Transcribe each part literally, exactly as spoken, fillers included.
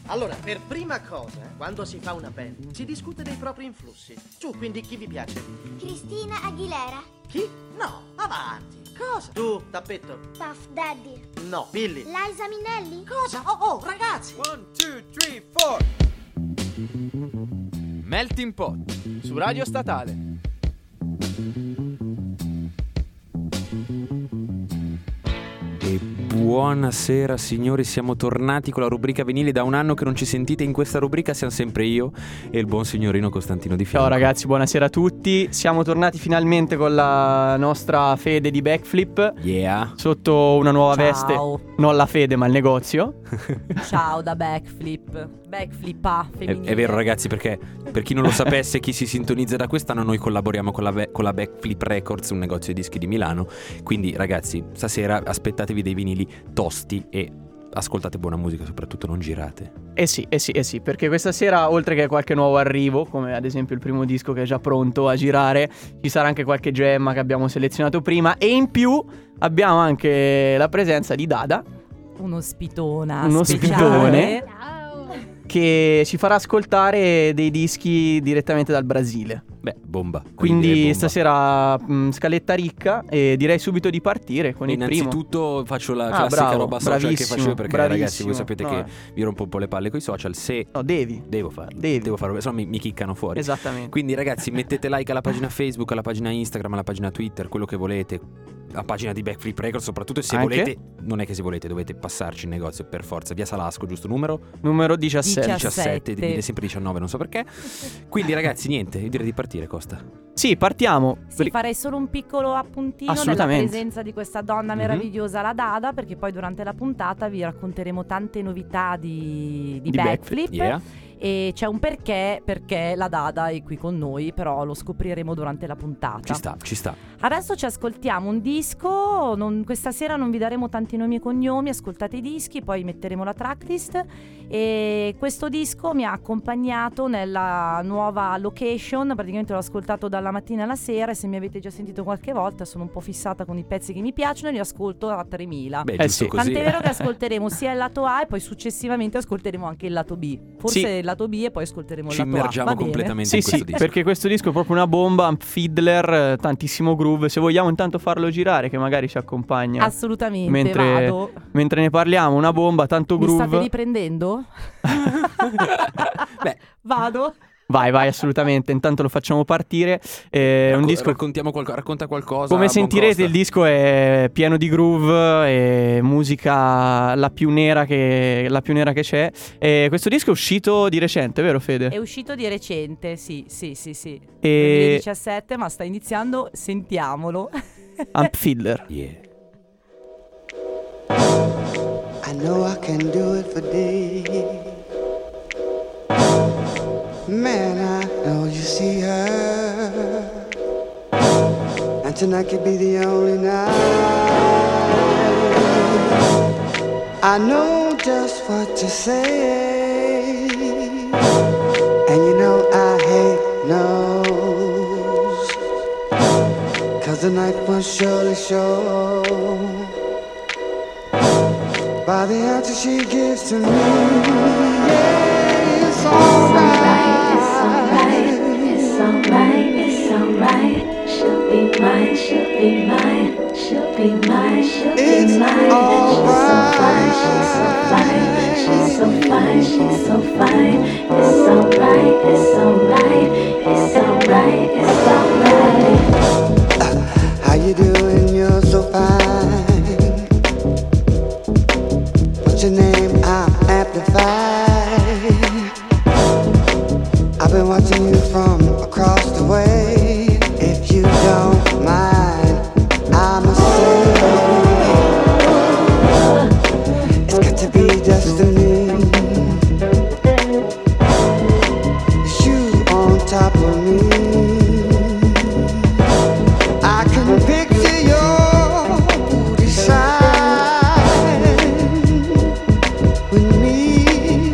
Allora, per prima cosa, quando si fa una band, si discute dei propri influssi. Su, quindi chi vi piace? Cristina Aguilera. Chi? No, avanti. Cosa? Tu, Tappetto. Puff Daddy. No, Billy. Liza Minnelli. Cosa? Oh, oh, ragazzi. One, two, three, four. Melting Pot su Radio Statale. E buonasera signori, siamo tornati con la rubrica vinili. Da un anno che non ci sentite in questa rubrica, siamo sempre io e il buon signorino Costantino Di Fianco. Ciao ragazzi, buonasera a tutti. Siamo tornati finalmente con la nostra Fede di Backflip. Yeah. Sotto una nuova Ciao. veste. Non la Fede ma il negozio. Ciao da Backflip. Backflippa È, femminile. è vero ragazzi, perché per chi non lo sapesse, chi si sintonizza da quest'anno, noi collaboriamo con la, Be- con la Backflip Records, un negozio di dischi di Milano. Quindi ragazzi, stasera aspettatevi dei vinili tosti e ascoltate buona musica, soprattutto non girate. Eh sì, eh sì, eh sì, perché questa sera, oltre che qualche nuovo arrivo, come ad esempio il primo disco che è già pronto a girare, ci sarà anche qualche gemma che abbiamo selezionato prima. E in più abbiamo anche la presenza di Dada, Uno spitona Uno speciale. spitone. Ciao. che ci farà ascoltare dei dischi direttamente dal Brasile. Beh, bomba. Quindi bomba. stasera mh, scaletta ricca, e direi subito di partire con il primo. Innanzitutto faccio la Ah, classica bravo, roba social che bravissimo, facevo, perché bravissimo. ragazzi voi sapete No, che eh. vi rompo un po' le palle coi social. Se No, devi. devo farlo, Devi. devo farlo, se no mi, mi chiccano fuori. Esattamente. Quindi ragazzi, mettete like alla pagina Facebook, alla pagina Instagram, alla pagina Twitter, quello che volete, la pagina di Backflip Records, soprattutto se Anche? volete, non è che se volete, dovete passarci in negozio per forza. Via Salasco, giusto numero? Numero diciassette. diciassette, viene sempre diciannove, non so perché. Quindi ragazzi, niente, io direi di partire, Costa. Sì, partiamo. Sì, farei solo un piccolo appuntino della Assolutamente. presenza di questa donna meravigliosa, la Dada, perché poi durante la puntata vi racconteremo tante novità di, di, Di Backflip. Yeah. E c'è un perché, perché la Dada è qui con noi, però lo scopriremo durante la puntata. Ci sta, ci sta. Adesso ci ascoltiamo un disco, non- questa sera non vi daremo tanti nomi e cognomi, ascoltate i dischi, poi metteremo la tracklist. E questo disco mi ha accompagnato nella nuova location, praticamente l'ho ascoltato dalla mattina alla sera, e se mi avete già sentito qualche volta sono un po' fissata con i pezzi che mi piacciono e li ascolto a tremila. Beh, Eh giusto sì. così. Tant'è vero che ascolteremo sia il lato A e poi successivamente ascolteremo anche il lato B. Forse Sì. il lato B e poi ascolteremo Ci il lato A. immergiamo Va bene? completamente Sì, in questo sì, disco. perché questo disco è proprio una bomba, un fiddler, eh, tantissimo groove. Se vogliamo intanto farlo girare, che magari ci accompagna Assolutamente, mentre, vado. mentre ne parliamo, una bomba, tanto Mi groove. state riprendendo? Beh, Vado. Vai, vai, assolutamente. Intanto lo facciamo partire. È un racco- disco. raccontiamo qualco- racconta qualcosa. Come buon sentirete, Costa. il disco è pieno di groove e musica la più nera che, la più nera che c'è. E questo disco è uscito di recente, vero Fede? È uscito di recente, sì, sì, sì, sì. E- duemiladiciassette, ma sta iniziando, sentiamolo. Amp Fiddler. Yeah. I know I can do it for days. Man, I know you see her, and tonight could be the only night. I know just what to say, and you know I hate no's, 'cause the night will surely show by the answer she gives to me. Yeah, it's alright. It's alright, it's alright, it's alright. She'll be mine, she'll be mine, she'll be mine, she'll It's be mine. alright. She's so fine, she's so fine, she's so fine, she's so fine. It's alright, it's alright, it's alright, it's alright. How you doing? You're so fine. What's your name? I'm amplified. I've been watching you from across the way. If you don't mind, I'ma say it's got to be destiny. You on top of me. I can picture your booty side with me.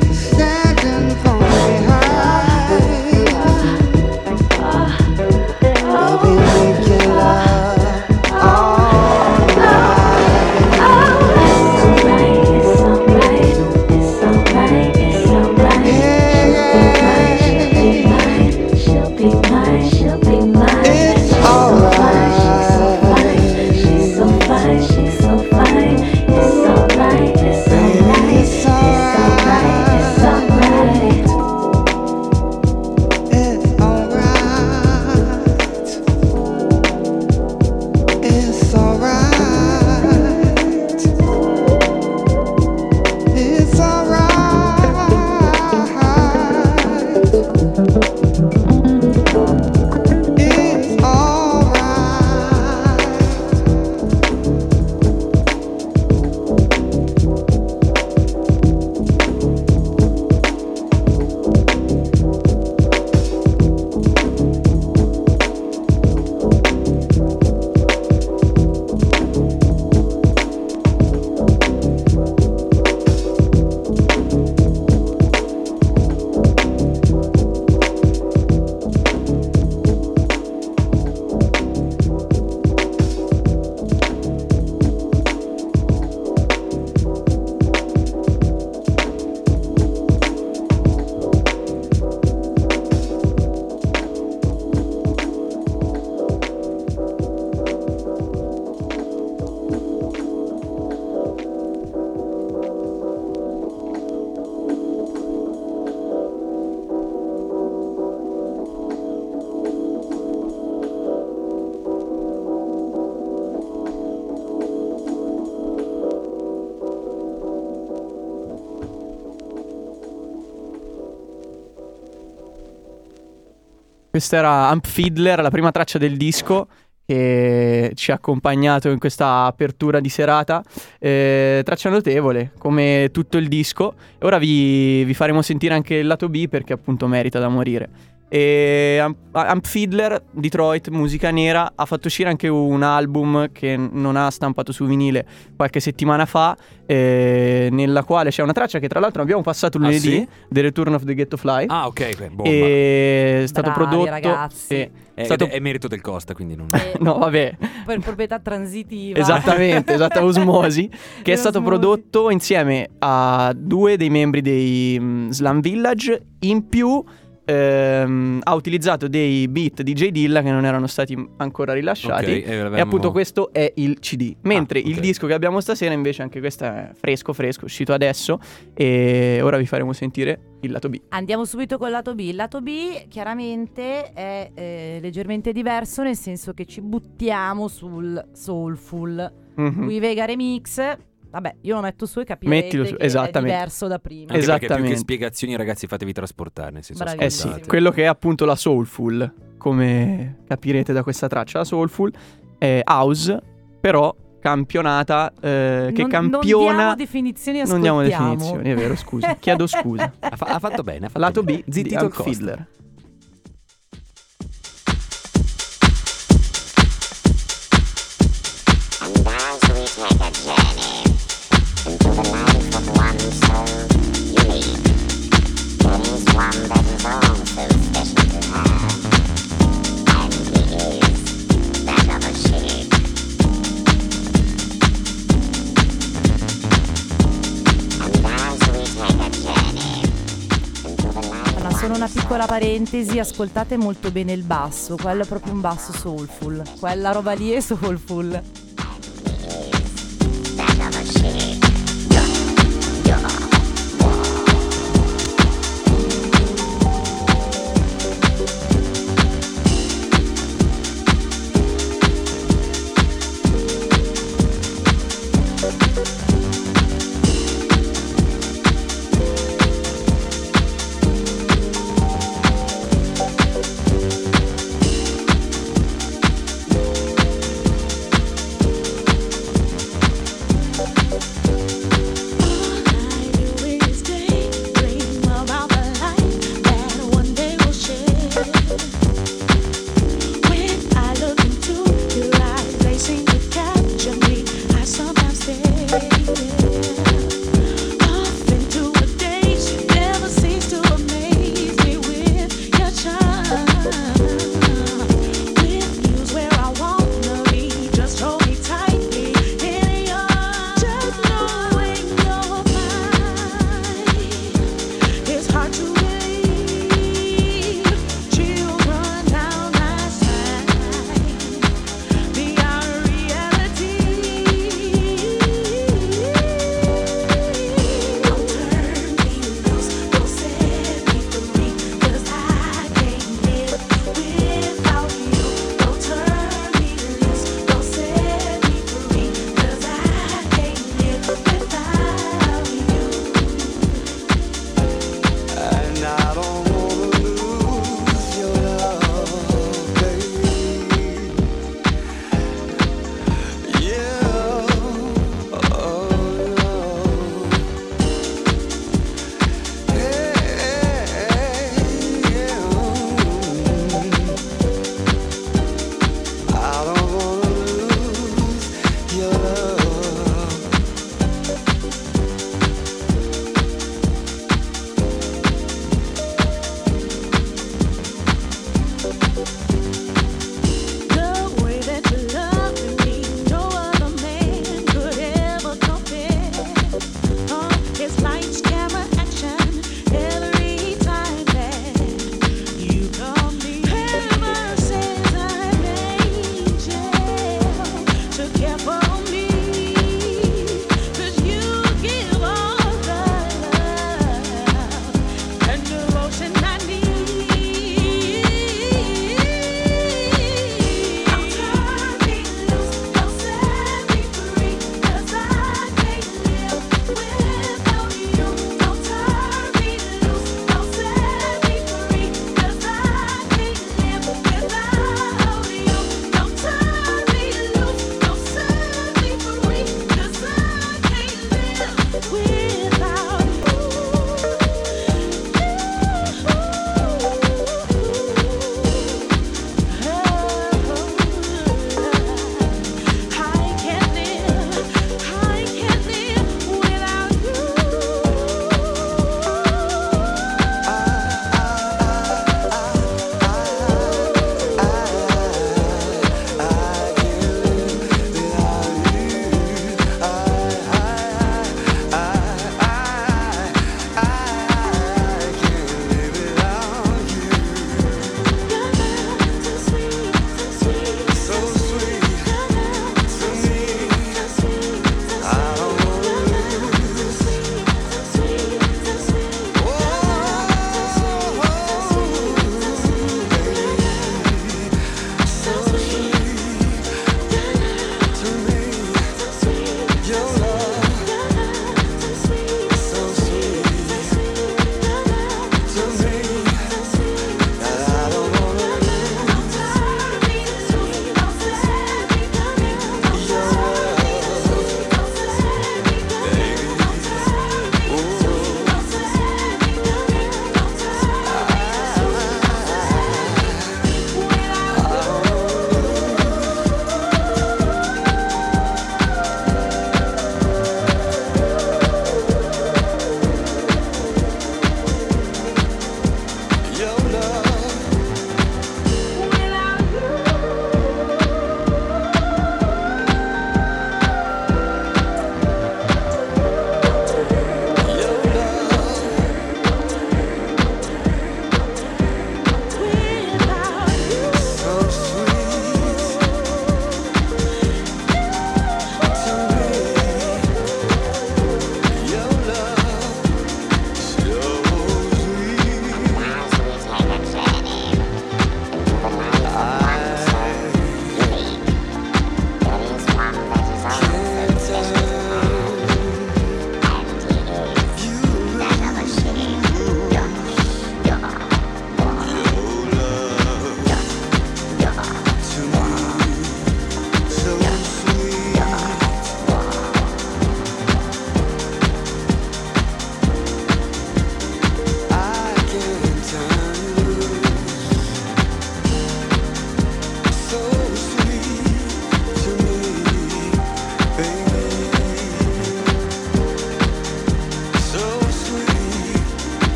Questa era Amp Fiddler, la prima traccia del disco che ci ha accompagnato in questa apertura di serata. Eh, traccia notevole, come tutto il disco. Ora vi, vi faremo sentire anche il lato B, perché appunto merita da morire. E Amp, Amp Fiddler, Detroit, musica nera, ha fatto uscire anche un album che non ha stampato su vinile qualche settimana fa, eh, nella quale c'è una traccia che tra l'altro abbiamo passato lunedì, Ah, sì? The Return of the Ghetto Fly. Ah, ok, beh, bomba. E è stato Bravi, prodotto ragazzi. sì, È, stato... è merito del Costa, quindi non... Eh, No, vabbè. per proprietà transitiva. Esattamente, esatta osmosi, che è stato Osmosi. prodotto insieme a due dei membri dei mm, Slum Village. In più ehm, ha utilizzato dei beat di J Dilla che non erano stati ancora rilasciati. Ok, e avevamo- E appunto questo è il C D. Mentre Ah, ok. il disco che abbiamo stasera invece, anche questo è fresco fresco, uscito adesso. E ora vi faremo sentire il lato B. Andiamo subito col lato B. Il lato B chiaramente è eh, leggermente diverso, nel senso che ci buttiamo sul soulful. Mhm. Qui Vega Remix. Vabbè, io lo metto su e capirete Mettilo su, che esattamente. è diverso da prima. Anche perché più Esattamente. che spiegazioni, ragazzi, fatevi trasportare, nel senso, Bravissimo. Eh sì, ascoltate. quello che è appunto la soulful, come capirete da questa traccia. La soulful è house, però campionata, eh, che non, campiona... non diamo definizioni, Non ascoltiamo. diamo definizioni, è vero, scusa. Chiedo scusa. Ha, fa- ha fatto bene, ha fatto Lato bene. B di Zittito il Amp Costa. Fiddler. And as we take a journey into the life of one so unique, there is one that is also special to her, and he is that of a sheep. And as we take a journey into the life Ma of solo una one piccola so parentesi, ascoltate molto bene il basso, quello è proprio un basso soulful, quella roba lì è soulful. that of a sheep.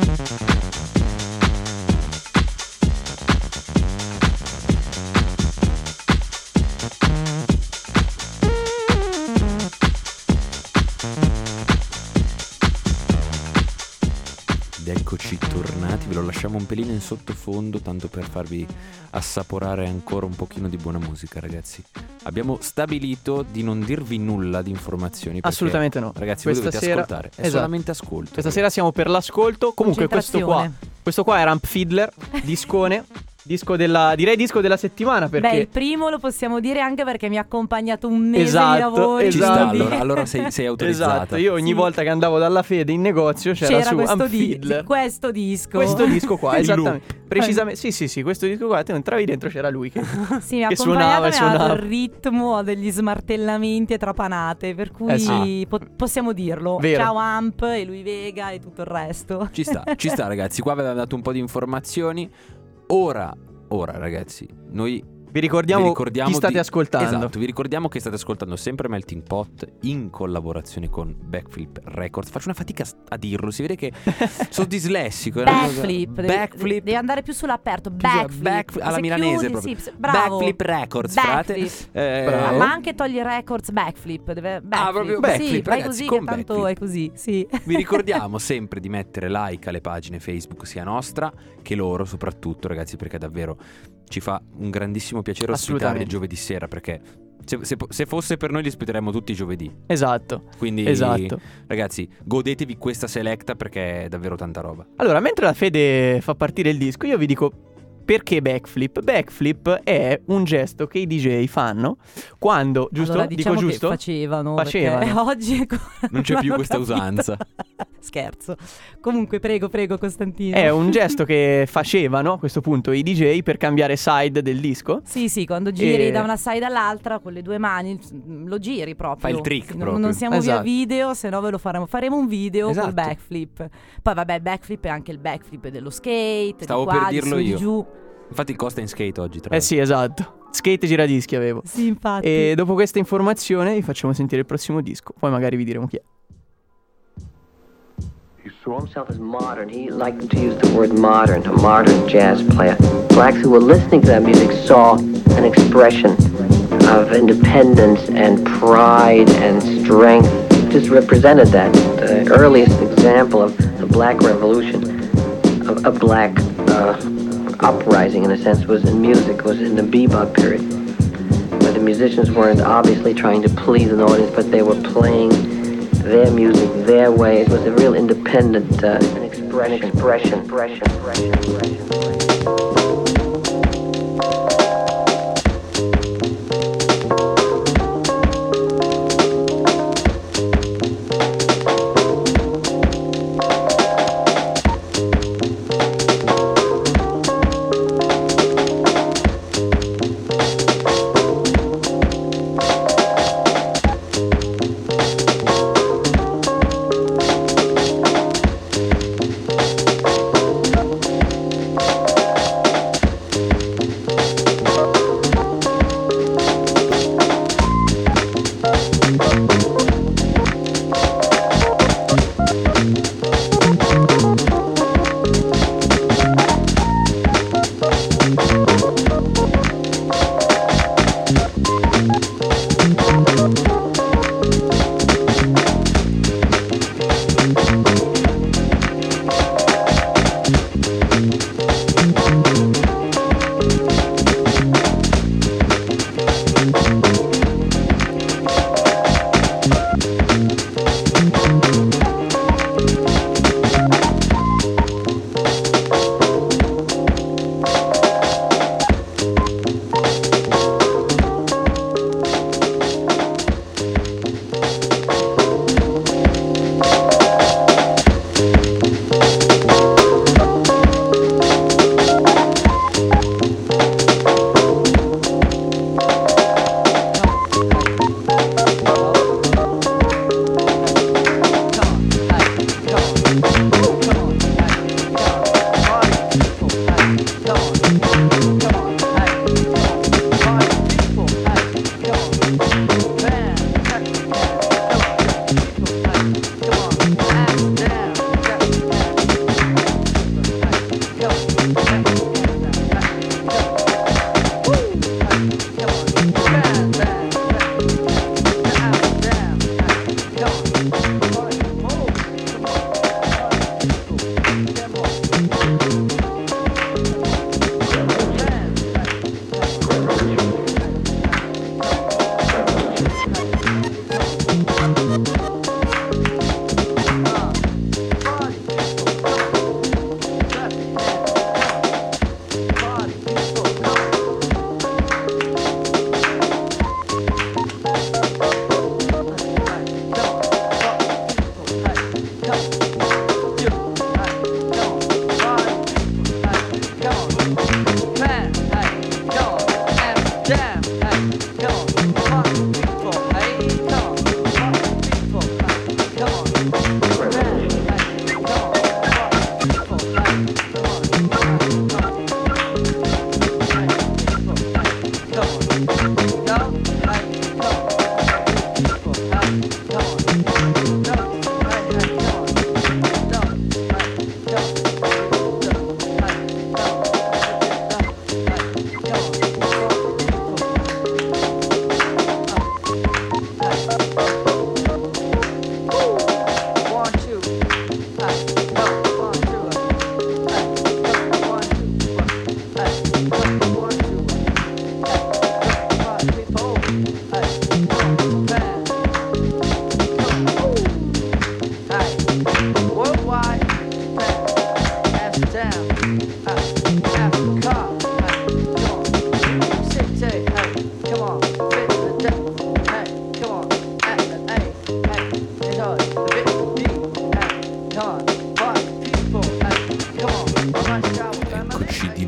Eccoci tornati, ve lo lasciamo un pelino in sottofondo tanto per farvi assaporare ancora un pochino di buona musica, ragazzi. Abbiamo stabilito di non dirvi nulla di informazioni perché, assolutamente no, ragazzi, questa voi dovete sera ascoltare, è esatto. solamente ascolto. Questa sera siamo per l'ascolto. Comunque questo qua Questo qua è Ramp Fiddler, discone Disco della, direi disco della settimana perché... Beh, il primo lo possiamo dire anche perché mi ha accompagnato un mese esatto, di lavori. Ci esatto. sta, allora, allora sei, sei autorizzata. Esatto, io ogni Sì. volta che andavo dalla Fede in negozio c'era, C'era su questo, Ramp di- Fiddler. questo disco. Questo disco qua, Il esattamente. Precisamente, sì sì sì, questo disco qua, te entravi dentro, c'era lui che, Sì, mi ha che accompagnato, suonava mi e ha dato suonava. il ritmo, ha degli smartellamenti e trapanate, per cui Eh sì. po- possiamo dirlo. Vero. Ciao Amp e lui Vega e tutto il resto. Ci sta, ci sta, ragazzi. Qua vi avevamo dato un po' di informazioni. Ora, ora, ragazzi, noi Vi ricordiamo, vi ricordiamo chi state di- ascoltando. Esatto, vi ricordiamo che state ascoltando sempre Melting Pot in collaborazione con Backflip Records. Faccio una fatica a dirlo, si vede che sono dislessico. è una cosa- Backflip, devi- Backflip. devi andare più sull'aperto. Più sulla- Backflip, backflip, alla Se milanese chiudi, proprio. sì, bravo. Backflip Records, frate. Backflip. Eh, Bravo. Ma anche togli records, backflip, deve, backflip. proprio Sì, backflip, vai ragazzi, così con che tanto backflip. è così, sì. Vi ricordiamo sempre di mettere like alle pagine Facebook sia nostra che loro soprattutto, ragazzi, perché davvero ci fa un grandissimo piacere ospitarli Assolutamente. giovedì sera, perché se, se- se fosse per noi li ospiteremmo tutti i giovedì. Esatto. Quindi Esatto. ragazzi, godetevi questa selecta perché è davvero tanta roba. Allora, mentre la Fede fa partire il disco, io vi dico perché backflip. Backflip è un gesto che i D J fanno quando, giusto? Allora, diciamo dico che giusto? facevano, Facevano. perché oggi ancora Non c'è più l'hanno questa capito. usanza. Scherzo. Comunque, prego, prego, Costantino. È un gesto che facevano a questo punto i D J per cambiare side del disco. Sì, sì, quando giri E- da una side all'altra con le due mani, lo giri proprio. Fai il trick Sì, non- proprio. Non siamo Esatto. via video, se no ve lo faremo. Faremo un video Esatto. col backflip. Poi vabbè, il backflip è anche il backflip dello skate, Stavo di qua, per di dirlo su, di io. giù. Infatti Costa in skate oggi, tra Eh sì, esatto. Skate e giradischi avevo. Sì, infatti. E dopo questa informazione vi facciamo sentire il prossimo disco. Poi magari vi diremo chi è. He saw himself as modern. He liked to use the word modern, a modern jazz player. Blacks who were listening to that music saw an expression of independence and pride and strength. It just represented that. The earliest example of the black revolution, of a black uh, uprising in a sense, was in music, was in the bebop period, where the musicians weren't obviously trying to please an audience, but they were playing their music, their way. It was a real independent uh, an expression, expression, expression, expression, expression.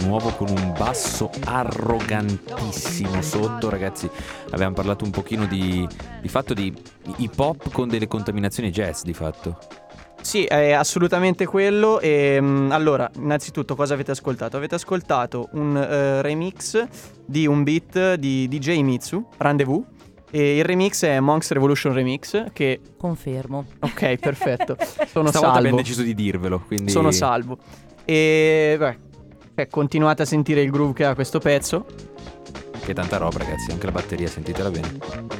nuovo con un basso arrogantissimo sotto, ragazzi. Avevamo parlato un pochino di, di fatto di hip hop con delle contaminazioni jazz, di fatto. Sì, è assolutamente quello. E, mh, allora, innanzitutto cosa avete ascoltato? Avete ascoltato un uh, remix di un beat di D J Mitsu, Rendezvous. E il remix è Monks Revolution Remix, che... Confermo. Ok, perfetto. Sono Stavolta salvo. abbiamo deciso di dirvelo, quindi... Sono salvo. E beh, eh, continuate a sentire il groove che ha questo pezzo. Che tanta roba, ragazzi, anche la batteria, sentitela bene.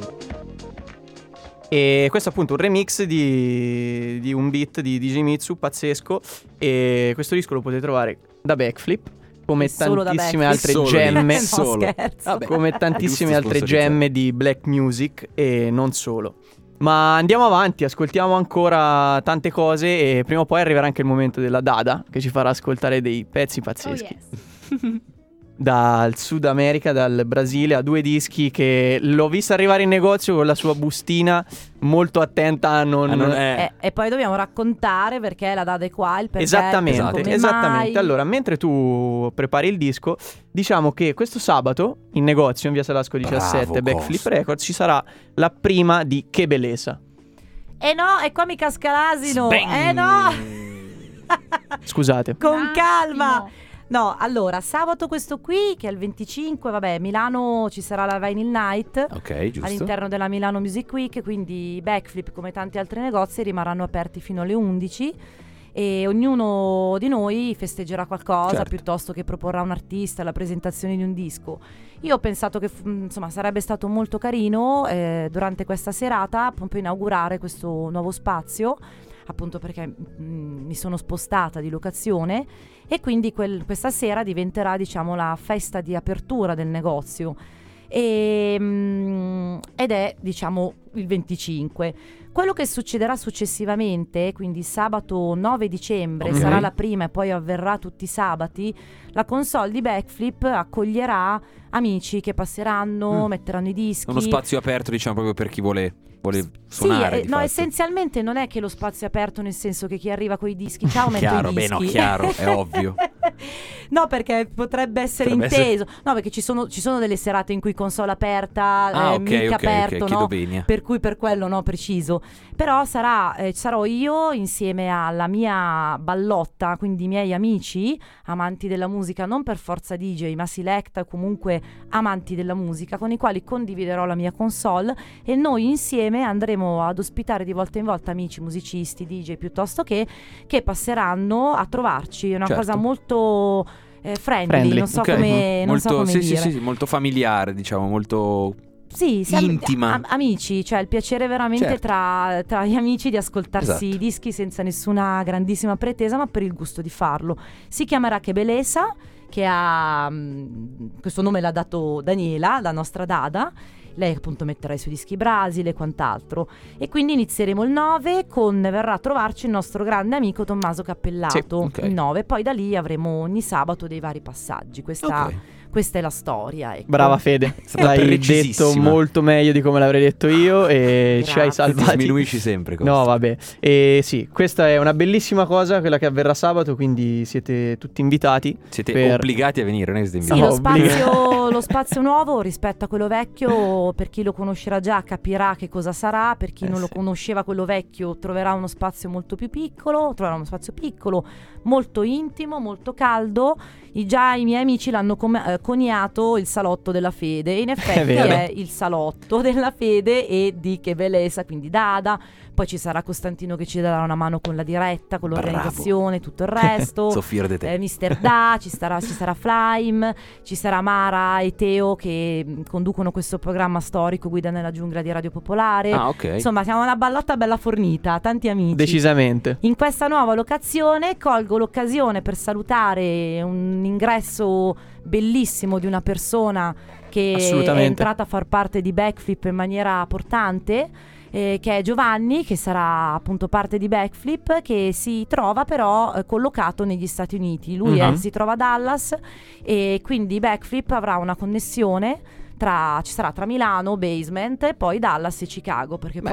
E questo è appunto un remix di, di un beat di D J Mitsu pazzesco. E questo disco lo potete trovare da Backflip, come Solo da tantissime Backflip. altre Solo gemme. No, Solo. scherzo. Vabbè. Come tantissime Giusto altre sponsorizzare. gemme di black music e non solo. Ma andiamo avanti, ascoltiamo ancora tante cose e prima o poi arriverà anche il momento della Dada, che ci farà ascoltare dei pezzi pazzeschi. Oh, yes. Dal Sud America, dal Brasile, ha due dischi che l'ho vista arrivare in negozio con la sua bustina molto attenta a non... Ah, non è... Eh, e poi dobbiamo raccontare perché la Dada è qua, il perché, Esattamente, Esatto. come esattamente. mai. Allora, mentre tu prepari il disco, diciamo che questo sabato in negozio in via Salasco diciassette, Bravo, Backflip Costa. Records, ci sarà la prima di Che Bellezza. Eh no, e qua mi casca l'asino. Sbang! Eh no. Scusate. Con Un calma. attimo. No, allora, sabato questo qui, che è il venticinque, vabbè, Milano ci sarà la Vinyl Night. Ok, giusto. All'interno della Milano Music Week, quindi Backflip, come tanti altri negozi, rimarranno aperti fino alle undici e ognuno di noi festeggerà qualcosa, Certo. piuttosto che proporrà un artista, la presentazione di un disco. Io ho pensato che f- insomma sarebbe stato molto carino eh, durante questa serata proprio inaugurare questo nuovo spazio, appunto perché mh, mi sono spostata di locazione e quindi quel- questa sera diventerà, diciamo, la festa di apertura del negozio. E, mh, ed è, diciamo, il venticinque. Quello che succederà successivamente, quindi sabato nove dicembre, Ok. sarà la prima e poi avverrà tutti i sabati, la console di Backflip accoglierà amici che passeranno, Mm. metteranno i dischi. Uno spazio aperto, diciamo, proprio per chi vuole, vuole Sì, suonare. eh, di no, fatto. essenzialmente non è che lo spazio è aperto nel senso che chi arriva con i dischi, ciao, metto Chiaro, i beh, dischi. no, chiaro, è ovvio. No, perché potrebbe essere Potrebbe inteso. No, perché ci sono, ci sono delle serate in cui console aperta, Ah, eh, ok, mic ok, aperto, ok, no? chiedo venia. Per cui per quello no, preciso. Però sarà, eh, sarò io insieme alla mia ballotta, quindi i miei amici, amanti della musica, non per forza D J, ma select, comunque amanti della musica, con i quali condividerò la mia console e noi insieme andremo ad ospitare di volta in volta amici, musicisti, D J piuttosto che, che passeranno a trovarci. È una Certo. cosa molto eh, friendly, Friendly, non so Ok, come, non so molto, come sì, dire. sì, sì, molto familiare, diciamo, molto... Sì, siamo intima. am- amici, cioè il piacere veramente Certo. tra, tra gli amici di ascoltarsi Esatto. i dischi senza nessuna grandissima pretesa, ma per il gusto di farlo. Si chiamerà Che Bellezza, che ha mh, questo nome l'ha dato Daniela, la nostra Dada. Lei appunto metterà i suoi dischi Brasile e quant'altro. E quindi inizieremo il nove con verrà a trovarci il nostro grande amico Tommaso Cappellato. Sì, ok. Il nove, poi da lì avremo ogni sabato dei vari passaggi. Questa, Ok. questa è la storia. Ecco. Brava Fede, stata l'hai precisissima. detto molto meglio di come l'avrei detto io e ci hai Grazie. Ti salvati. sminuisci sempre, Costa. No, vabbè. E sì, questa è una bellissima cosa, quella che avverrà sabato, quindi siete tutti invitati. Siete per- obbligati a venire, non è che siete Sì, No, lo, invitati. spazio, lo spazio nuovo rispetto a quello vecchio, per chi lo conoscerà già capirà che cosa sarà, per chi Eh non lo sì. conosceva quello vecchio troverà uno spazio molto più piccolo, troverà uno spazio piccolo, molto intimo, molto caldo. I, già i miei amici l'hanno com- eh, coniato il salotto della Fede, e in effetti vero. è il salotto della Fede e di Che Bellezza, quindi Dada. Poi ci sarà Costantino che ci darà una mano con la diretta, con l'organizzazione, tutto il resto. So fiero di te. Eh, Mister Da, ci sarà, ci sarà Flime, ci sarà Mara e Teo che mh, conducono questo programma storico Guida nella giungla di Radio Popolare. Ah, ok. Insomma, siamo una ballotta bella fornita, tanti amici. Decisamente. In questa nuova locazione colgo l'occasione per salutare un ingresso bellissimo di una persona che è Assolutamente. entrata a far parte di Backflip in maniera portante, eh, che è Giovanni, che sarà appunto parte di Backflip, che si trova però eh, collocato negli Stati Uniti. Lui è- Mhm. si trova a Dallas e quindi Backflip avrà una connessione tra, ci sarà tra Milano, Basement e poi Dallas e Chicago, perché Beh. poi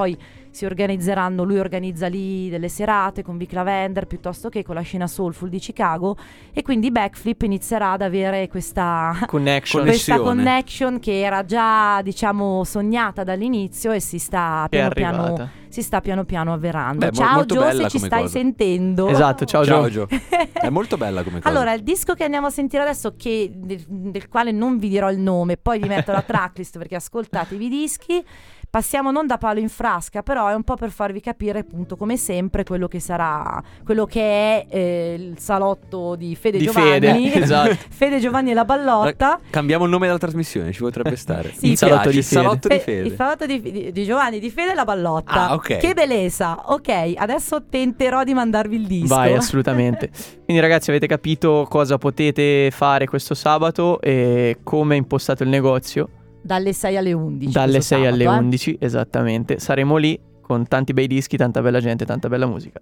si organizzeranno, lui organizza lì delle serate con Vic Lavender piuttosto che con la scena soulful di Chicago, e quindi Backflip inizierà ad avere questa Connection. questa Connessione. connection che era già, diciamo, sognata dall'inizio e si sta Che è piano piano arrivata. si sta piano piano avverando. Beh, mo- Ciao molto Gio, bella se ci come stai cosa. sentendo. Esatto, ciao, Ciao Gio. Gio. È molto bella come cosa. Allora, il disco che andiamo a sentire adesso, che, del, del quale non vi dirò il nome, poi vi metto la tracklist perché ascoltatevi i dischi. Passiamo non da palo in frasca, però è un po' per farvi capire, appunto, come sempre, quello che sarà, quello che è eh, il salotto di Fede Di Giovanni. Fede, esatto. Fede Giovanni e la ballotta. Cambiamo il nome della trasmissione, ci potrebbe stare. Sì, Mi il salotto piace, di il salotto di Fe- Fede. Il salotto di, di- di Giovanni, di Fede e la ballotta. Ah, ok. Che bellezza. Ok, adesso tenterò di mandarvi il disco. Vai, assolutamente. Quindi ragazzi, avete capito cosa potete fare questo sabato e come è impostato il negozio? Dalle sei alle undici. Dalle questo sei alle sabato, eh. undici, esattamente. Saremo lì con tanti bei dischi, tanta bella gente, tanta bella musica.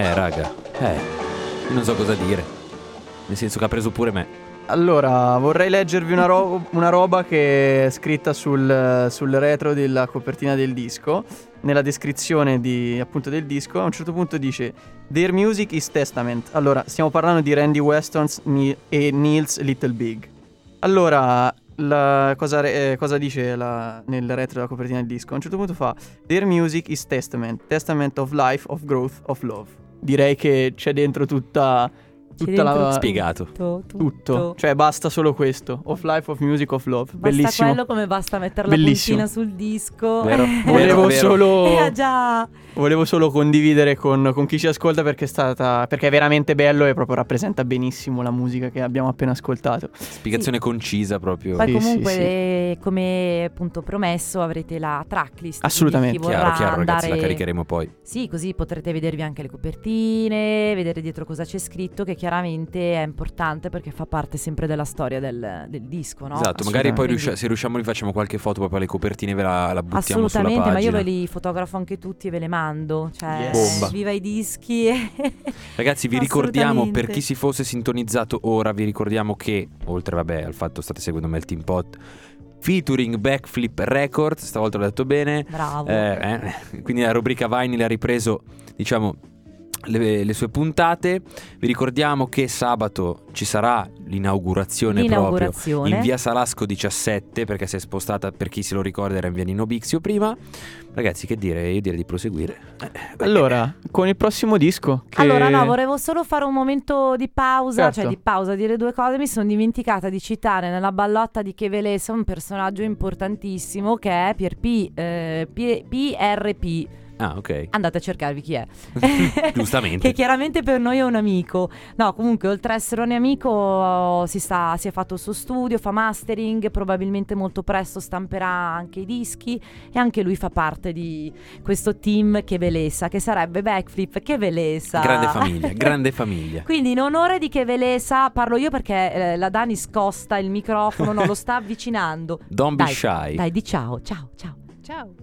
Eh, raga, eh, io non so cosa dire. Nel senso che ha preso pure me. Allora, vorrei leggervi una, ro- una roba che è scritta sul, sul retro della copertina del disco. Nella descrizione di, appunto, del disco, a un certo punto dice Their music is testament. Allora, stiamo parlando di Randy Weston Ni- e Nils Little Big. Allora, la, cosa, eh, cosa dice la, nel retro della copertina del disco? A un certo punto fa Their music is testament, testament of life, of growth, of love. Direi che c'è dentro tutta... C'è Tutta dentro la... Spiegato. tutto, tutto. Tutto. Cioè basta solo questo. Of life, of music, of love. Basta Bellissimo. quello, come basta mettere Bellissimo. la puntina sul disco. Vero, Volevo vero, solo Eh già. Volevo solo condividere con, con chi ci ascolta perché è stata perché è veramente bello e proprio rappresenta benissimo la musica che abbiamo appena ascoltato. Spiegazione Sì. concisa proprio. Poi Sì, comunque, sì, sì. eh, come appunto promesso, avrete la tracklist. Assolutamente. Quindi chi Chiaro, vorrà chiaro, ragazzi, andare... la caricheremo poi. Sì, così potrete vedervi anche le copertine, vedere dietro cosa c'è scritto, che chiaramente è importante perché fa parte sempre della storia del, del disco, no? Esatto, magari poi Quindi- riusci- se riusciamo li facciamo qualche foto proprio alle copertine, ve la, la buttiamo sulla Assolutamente, pagina. ma io ve li fotografo anche tutti e ve le mando. Cioè, Yes. Bomba. viva i dischi. Ragazzi, vi ricordiamo, Assolutamente. per chi si fosse sintonizzato ora, vi ricordiamo che, oltre vabbè al fatto state seguendo Melting Pot featuring Backflip Records, stavolta l'ho detto bene. Bravo. Eh, eh, quindi la rubrica Vinyl ha ripreso, diciamo, le, le sue puntate. Vi ricordiamo che sabato ci sarà l'inaugurazione, L'inaugurazione. proprio in via Salasco diciassette, perché si è spostata, per chi se lo ricorda, era in via Nino Bixio prima. Ragazzi, che dire? Io direi di proseguire. Eh, Allora, con il prossimo disco che... Allora no, volevo solo fare un momento di pausa, Certo. cioè di pausa, dire due cose. Mi sono dimenticata di citare nella ballotta di Che Velesa un personaggio importantissimo che è Pier P, eh, P- P R P. Ah, ok. Andate a cercarvi chi è. Giustamente. Che chiaramente per noi è un amico. No, comunque oltre a essere un amico si, sta, si è fatto il suo studio, fa mastering, probabilmente molto presto stamperà anche i dischi e anche lui fa parte di questo team Che Velesa, che sarebbe Backflip Che Velesa. Grande famiglia, grande famiglia. Quindi in onore di Che Velesa parlo io perché eh, la Dani scosta il microfono, no, lo sta avvicinando. Don't be Dai, shy. Dai, di ciao, ciao, ciao. Ciao.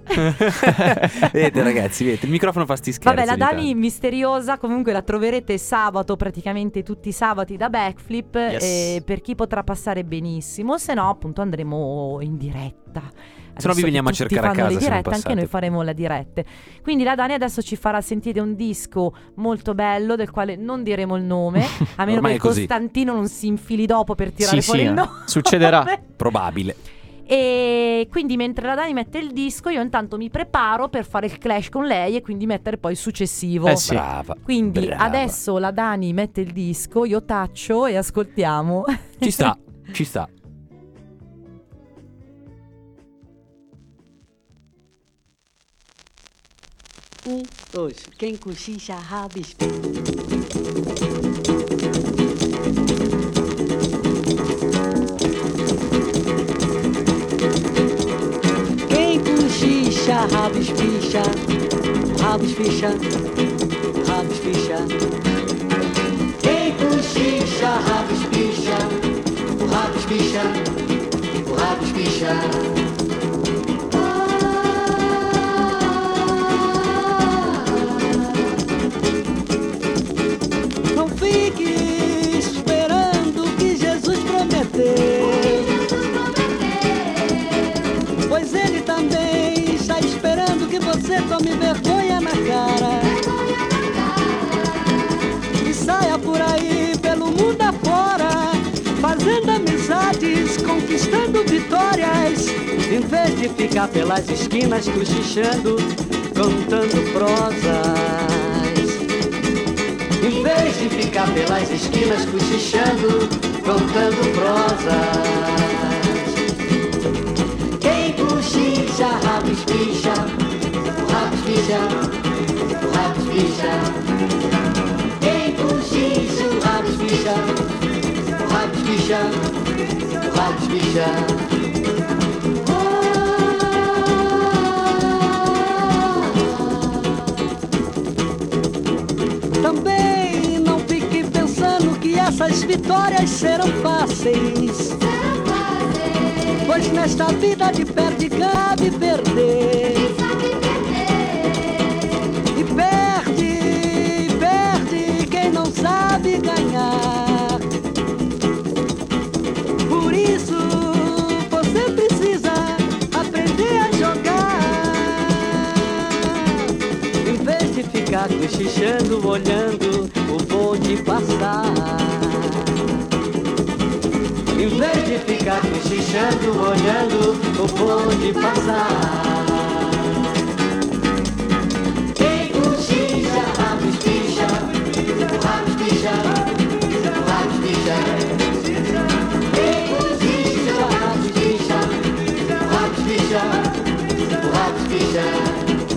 Vedete ragazzi, vedete, il microfono fa sti scherzi. Vabbè, la ogni Dani tanto. misteriosa comunque la troverete sabato, praticamente tutti i sabati da Backflip, Yes. e per chi potrà passare benissimo, se no appunto andremo in diretta. Se no vi Adesso veniamo che a tutti cercare a fanno casa, le se non dirette, anche passate. noi faremo le dirette. Quindi la Dani adesso ci farà sentire un disco molto bello del quale non diremo il nome, a meno Ormai che è così. Costantino non si infili dopo per tirare Sì, fuori sì, il eh. nome. Succederà. Probabile. E quindi mentre la Dani mette il disco, io intanto mi preparo per fare il clash con lei e quindi mettere poi il successivo. Eh sì. Brava. Quindi brava. adesso la Dani mette il disco, io taccio e ascoltiamo. Ci sta, ci sta. Um, dois, quem cochicha rabisco. Quem cochicha rabispicha, rabispicha, rabispicha. Quem cochicha rabispicha, rabispicha, rabispicha. Não fique esperando o que Jesus prometeu, pois Ele também está esperando que você tome vergonha na cara e saia por aí pelo mundo afora, fazendo amizades, conquistando vitórias, em vez de ficar pelas esquinas cochichando, cantando prosas. Em vez de ficar pelas esquinas cochichando, cantando prosas. Quem cochicha, rabispicha, rabispicha, rabispicha. Quem cochicha, rabispicha, rabispicha, rabispicha. Também não fique pensando que essas vitórias serão fáceis, pois nesta vida de perde cabe perder. E perde, ficar cochichando, olhando o bonde passar. Em vez de ficar cochichando, olhando o bonde passar. Quem cochicha, rabo espicha, o rabo espicha, o rabo espicha. Quem cochicha, rabo espicha, o rabo espicha, o rabo espicha.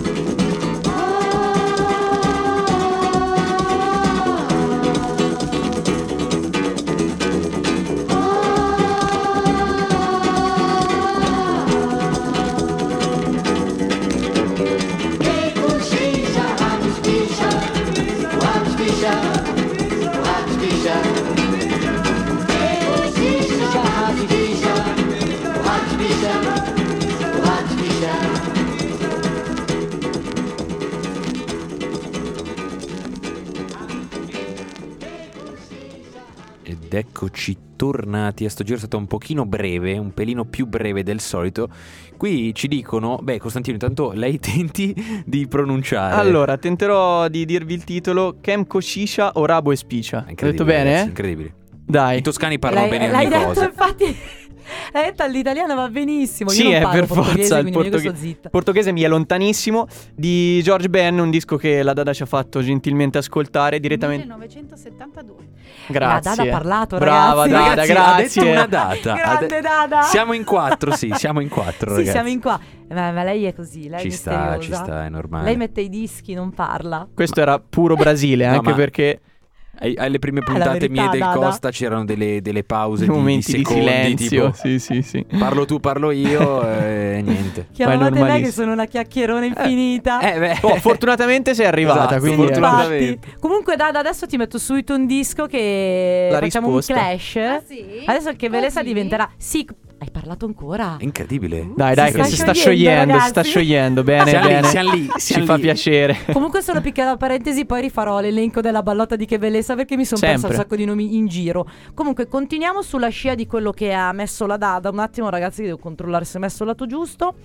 Ed eccoci tornati. A sto giro è stato un pochino breve, un pelino più breve del solito. Qui ci dicono, beh Costantino, intanto lei tenti di pronunciare. Allora, tenterò di dirvi il titolo: Kem Koshisha o Rabo e Spicia. Ho detto bene? Ragazzi, incredibile. Dai. I toscani parlano L'hai- bene l'hai ogni detto, cosa. infatti. L'hai detto all'italiano, va benissimo. Io Sì, non è parlo per portoghese, forza il quindi io portoghe- sto zitta. portoghese mi è lontanissimo. Di George Ben, un disco che la Dada ci ha fatto gentilmente ascoltare direttamente. millenovecentosettantadue. Grazie. La Dada ha parlato, Brava ragazzi. Dada, Ragazzi, grazie. ha detto una data. Grande Ha de- Dada. Siamo in quattro, sì, siamo in quattro, Sì, ragazzi. siamo in qua. Ma, ma lei è così, lei Ci è sta, misteriosa. ci sta, è normale. Lei mette i dischi, non parla. Questo era puro Brasile, No, anche ma- perché Ai- Alle prime la puntate verità, mie del Dada. Costa c'erano delle, delle pause dei di, momenti di di, secondi, silenzio. tipo Sì, sì, sì. parlo tu, parlo io e niente. Chiamavate me normalissimo. che sono una chiacchierona infinita. Eh beh, Oh, fortunatamente sei arrivata, Esatto, quindi fortunatamente. Infatti. Comunque Dada, adesso ti metto subito un disco che La facciamo risposta. un clash. Ah, sì? Adesso che Velesa Così? diventerà. Sì, hai parlato ancora. È incredibile. Dai, dai, Si che sta si sta sciogliendo, sciogliendo, si ragazzi. sta sciogliendo. Bene, Siamo lì, bene. siamo lì, Ci siamo fa lì. piacere. Comunque solo piccola parentesi, poi rifarò l'elenco della ballotta di Che Bellezza perché mi sono persa un Sempre. sacco di nomi in giro. Comunque continuiamo sulla scia di quello che ha messo la Dada. Un attimo ragazzi che devo controllare se ho messo il lato giusto.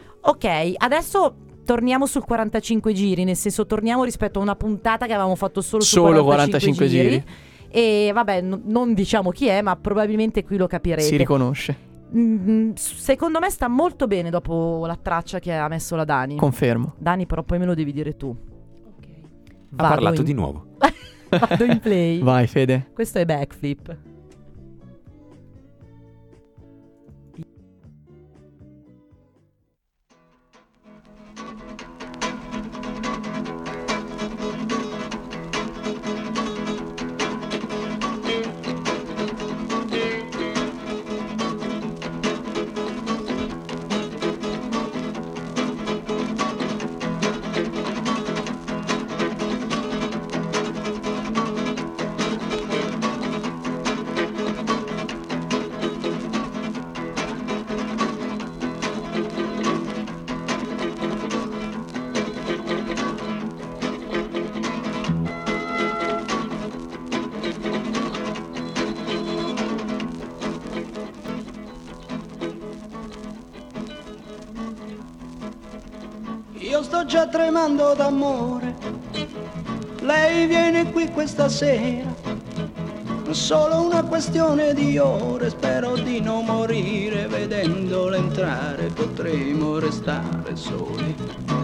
Ok, adesso torniamo sul quarantacinque giri, nel senso torniamo rispetto a una puntata che avevamo fatto solo su Solo quarantacinque, quarantacinque giri. giri. E vabbè, n- non diciamo chi è, ma probabilmente qui lo capirete. Si riconosce. Mm, secondo me sta molto bene dopo la traccia che ha messo la Dani. Confermo. Dani, però poi me lo devi dire tu. Ha Vado parlato in- di nuovo. Vado in play. Vai, Fede. Questo è backflip. Io sto già tremando d'amore, lei viene qui questa sera, è solo una questione di ore, spero di non morire vedendola entrare, potremo restare soli.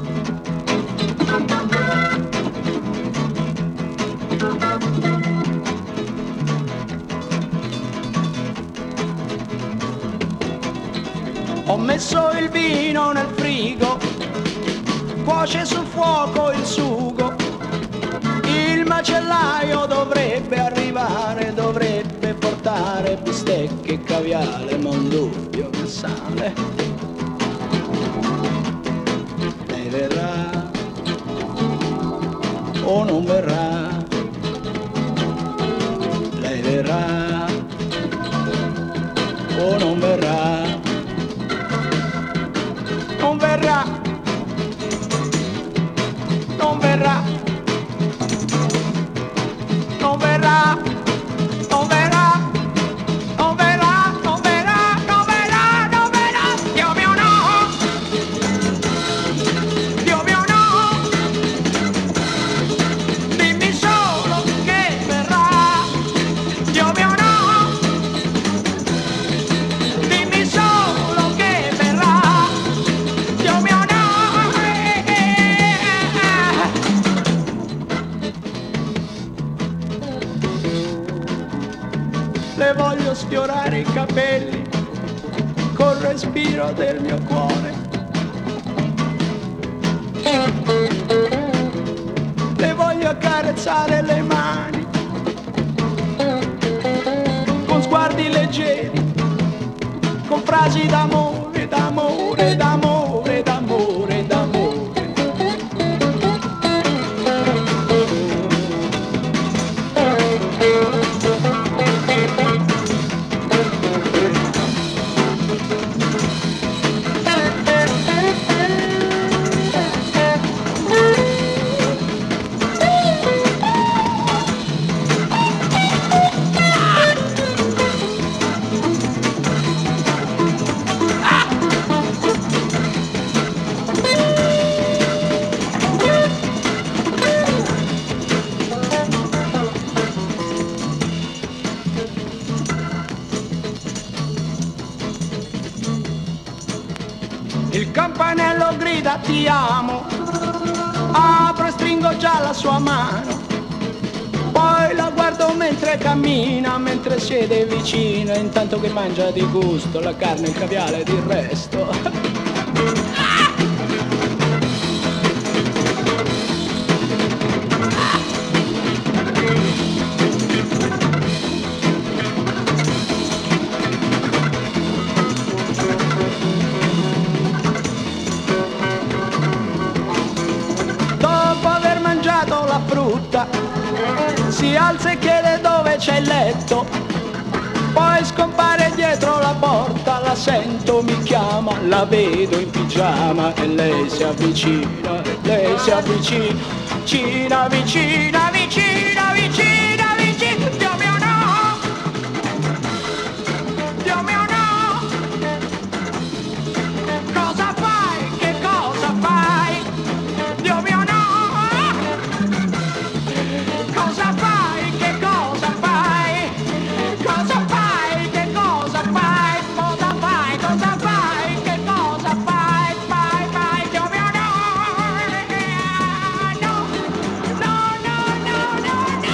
Ho messo il vino nel frigo, cuoce sul fuoco il sugo, il macellaio dovrebbe arrivare, dovrebbe portare bistecche e caviale, ma un dubbio che sale. Lei verrà o non verrà? Lei verrà o non verrà? Non verrà, non verrà, non verrà, non verrà, non verrà, non verrà, non verrà, non verrà, Dio mio no, Dio mio no, le voglio sfiorare i capelli col respiro del mio cuore. Le voglio accarezzare le mani con sguardi leggeri, con frasi d'amore, d'amore, d'amore, d'amore, d'amore. Il campanello grida ti amo, apro e stringo già la sua mano, poi la guardo mentre cammina, mentre siede vicino, intanto che mangia di gusto la carne, il caviale ed il resto. La frutta si alza e chiede dove c'è il letto, poi scompare dietro la porta, la sento, mi chiama, la vedo in pigiama e lei si avvicina, lei si avvicina, vicina, vicina, vicina, vicina, vicina, Dio mio no, Dio mio no, cosa fai, che cosa fai, Dio mio no. Cosa fai? Che cosa fai? Cosa fai? Che cosa fai? Cosa fai? Cosa fai? Che cosa fai? Fai, fai, Dio mio no! No! No, no, no, no, no,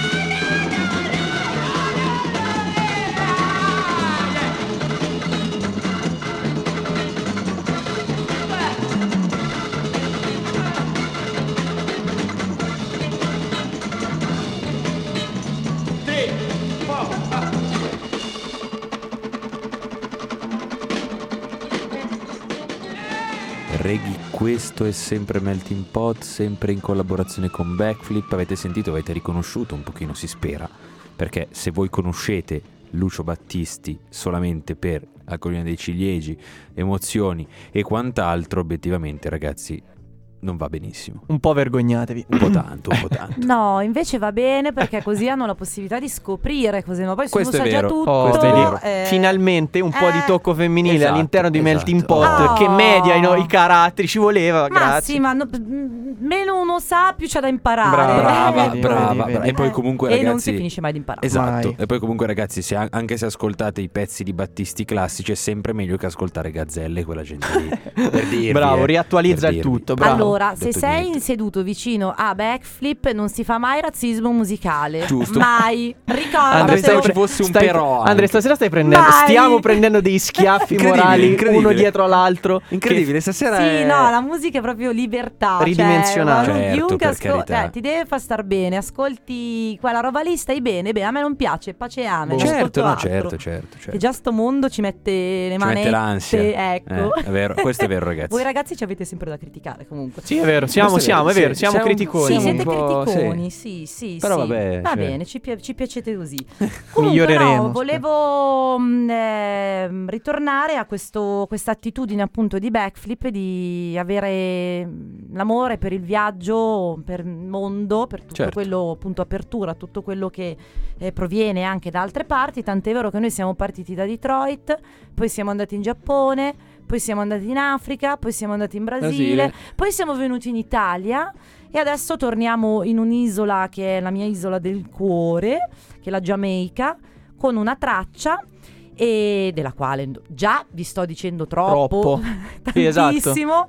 Reggae, questo è sempre Melting Pot, sempre in collaborazione con Backflip. Avete sentito, avete riconosciuto, un pochino si spera, perché se voi conoscete Lucio Battisti solamente per La collina dei ciliegi, Emozioni e quant'altro, obiettivamente ragazzi non va benissimo. Un po' vergognatevi. Un po' tanto, un po' tanto. No, invece va bene perché così hanno la possibilità di scoprire cose, ma poi se uno Questo è sa già vero. tutto. Oh, Questo è vero. eh, Finalmente un po' di eh, tocco femminile esatto, all'interno di esatto. Melting Pot Oh. che media i, no- i caratteri, ci voleva, Ma grazie. sì, ma no- m- meno uno sa, più c'è da imparare. Brava, Brava, vedi, brava, vedi, brava. vedi. E poi comunque E ragazzi, non si finisce mai di imparare. esatto. Mai. E poi comunque ragazzi, se an- anche se ascoltate i pezzi di Battisti classici è sempre meglio che ascoltare Gazzelle, quella gente lì. Per dirvi, Bravo, eh, riattualizza per il dirvi. tutto, bravo. Allora, Detto se sei niente. seduto vicino a Backflip non si fa mai razzismo musicale. Giusto. Mai. Ricordatelo. Andrea, Pensavo ci pre- fosse un stai- però anche. Andrea, stasera stai prendendo, Mai. stiamo prendendo dei schiaffi Incredibile, morali incredibile. uno dietro l'altro. Incredibile, stasera Sì, è... no, la musica è proprio libertà. Ridimensionata. Cioè, Certo, chiunque per ascol- carità. eh, ti deve far star bene. Ascolti quella roba lì, stai bene. Beh, a me non piace, pace e ame. Boh. non Certo, ascolto no, altro. certo, certo, certo. Che già sto mondo ci mette le Ci manette. mette l'ansia. Ecco. Eh, è vero, questo è vero ragazzi. Voi ragazzi ci avete sempre da criticare comunque. Sì, è vero, siamo, Questo è siamo, è vero, vero, sì, siamo siamo- criticoni. Sì, un siete po', criticoni, sì, sì, Però sì. vabbè, Va cioè- bene, ci, pi- ci piacete così. Comunque, Miglioreremo, no, volevo mh, ehm, ritornare a questo, questa attitudine appunto di Backflip di avere mh, l'amore per il viaggio, per il mondo, per tutto Certo. quello, appunto, apertura, tutto quello che eh, proviene anche da altre parti. Tant'è vero che noi siamo partiti da Detroit, poi siamo andati in Giappone, poi siamo andati in Africa, poi siamo andati in Brasile, Brasile. poi siamo venuti in Italia e adesso torniamo in un'isola che è la mia isola del cuore, che è la Giamaica, con una traccia e della quale già vi sto dicendo troppo, Troppo. Sì, esatto. tantissimo.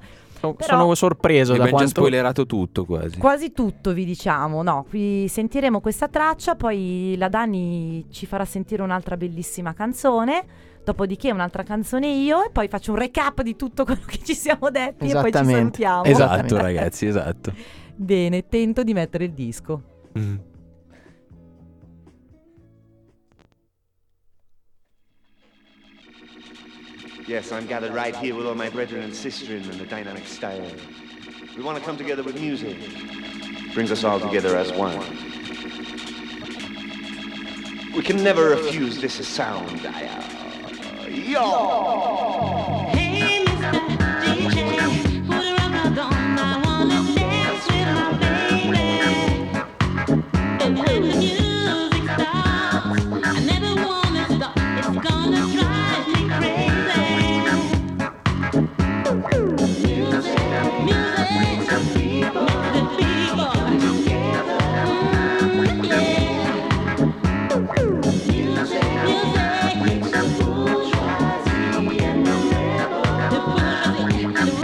So- Però- sono sorpreso Mi da abbiamo già quanto... spoilerato tutto quasi. Quasi tutto vi diciamo, no, qui sentiremo questa traccia, poi la Dani ci farà sentire un'altra bellissima canzone, dopodiché un'altra canzone io e poi faccio un recap di tutto quello che ci siamo detti e poi ci Esattamente. salutiamo. Esatto, ragazzi, esatto. Bene, tento di mettere il disco. Mm. Yes, I'm gathered right here with all my brethren and sistren in the dynamic style. We want to come together with music. Brings us all together as one. We can never refuse this is sound. I, uh, yo! Hey, Mister D J, put a record on. I wanna dance with my baby. And when the music starts, I never wanna stop. It's gonna drive me crazy. Music, music, makes the people together. Mm, yeah. Music, music makes the bourgeoisie and the rebel. The bourgeoisie and the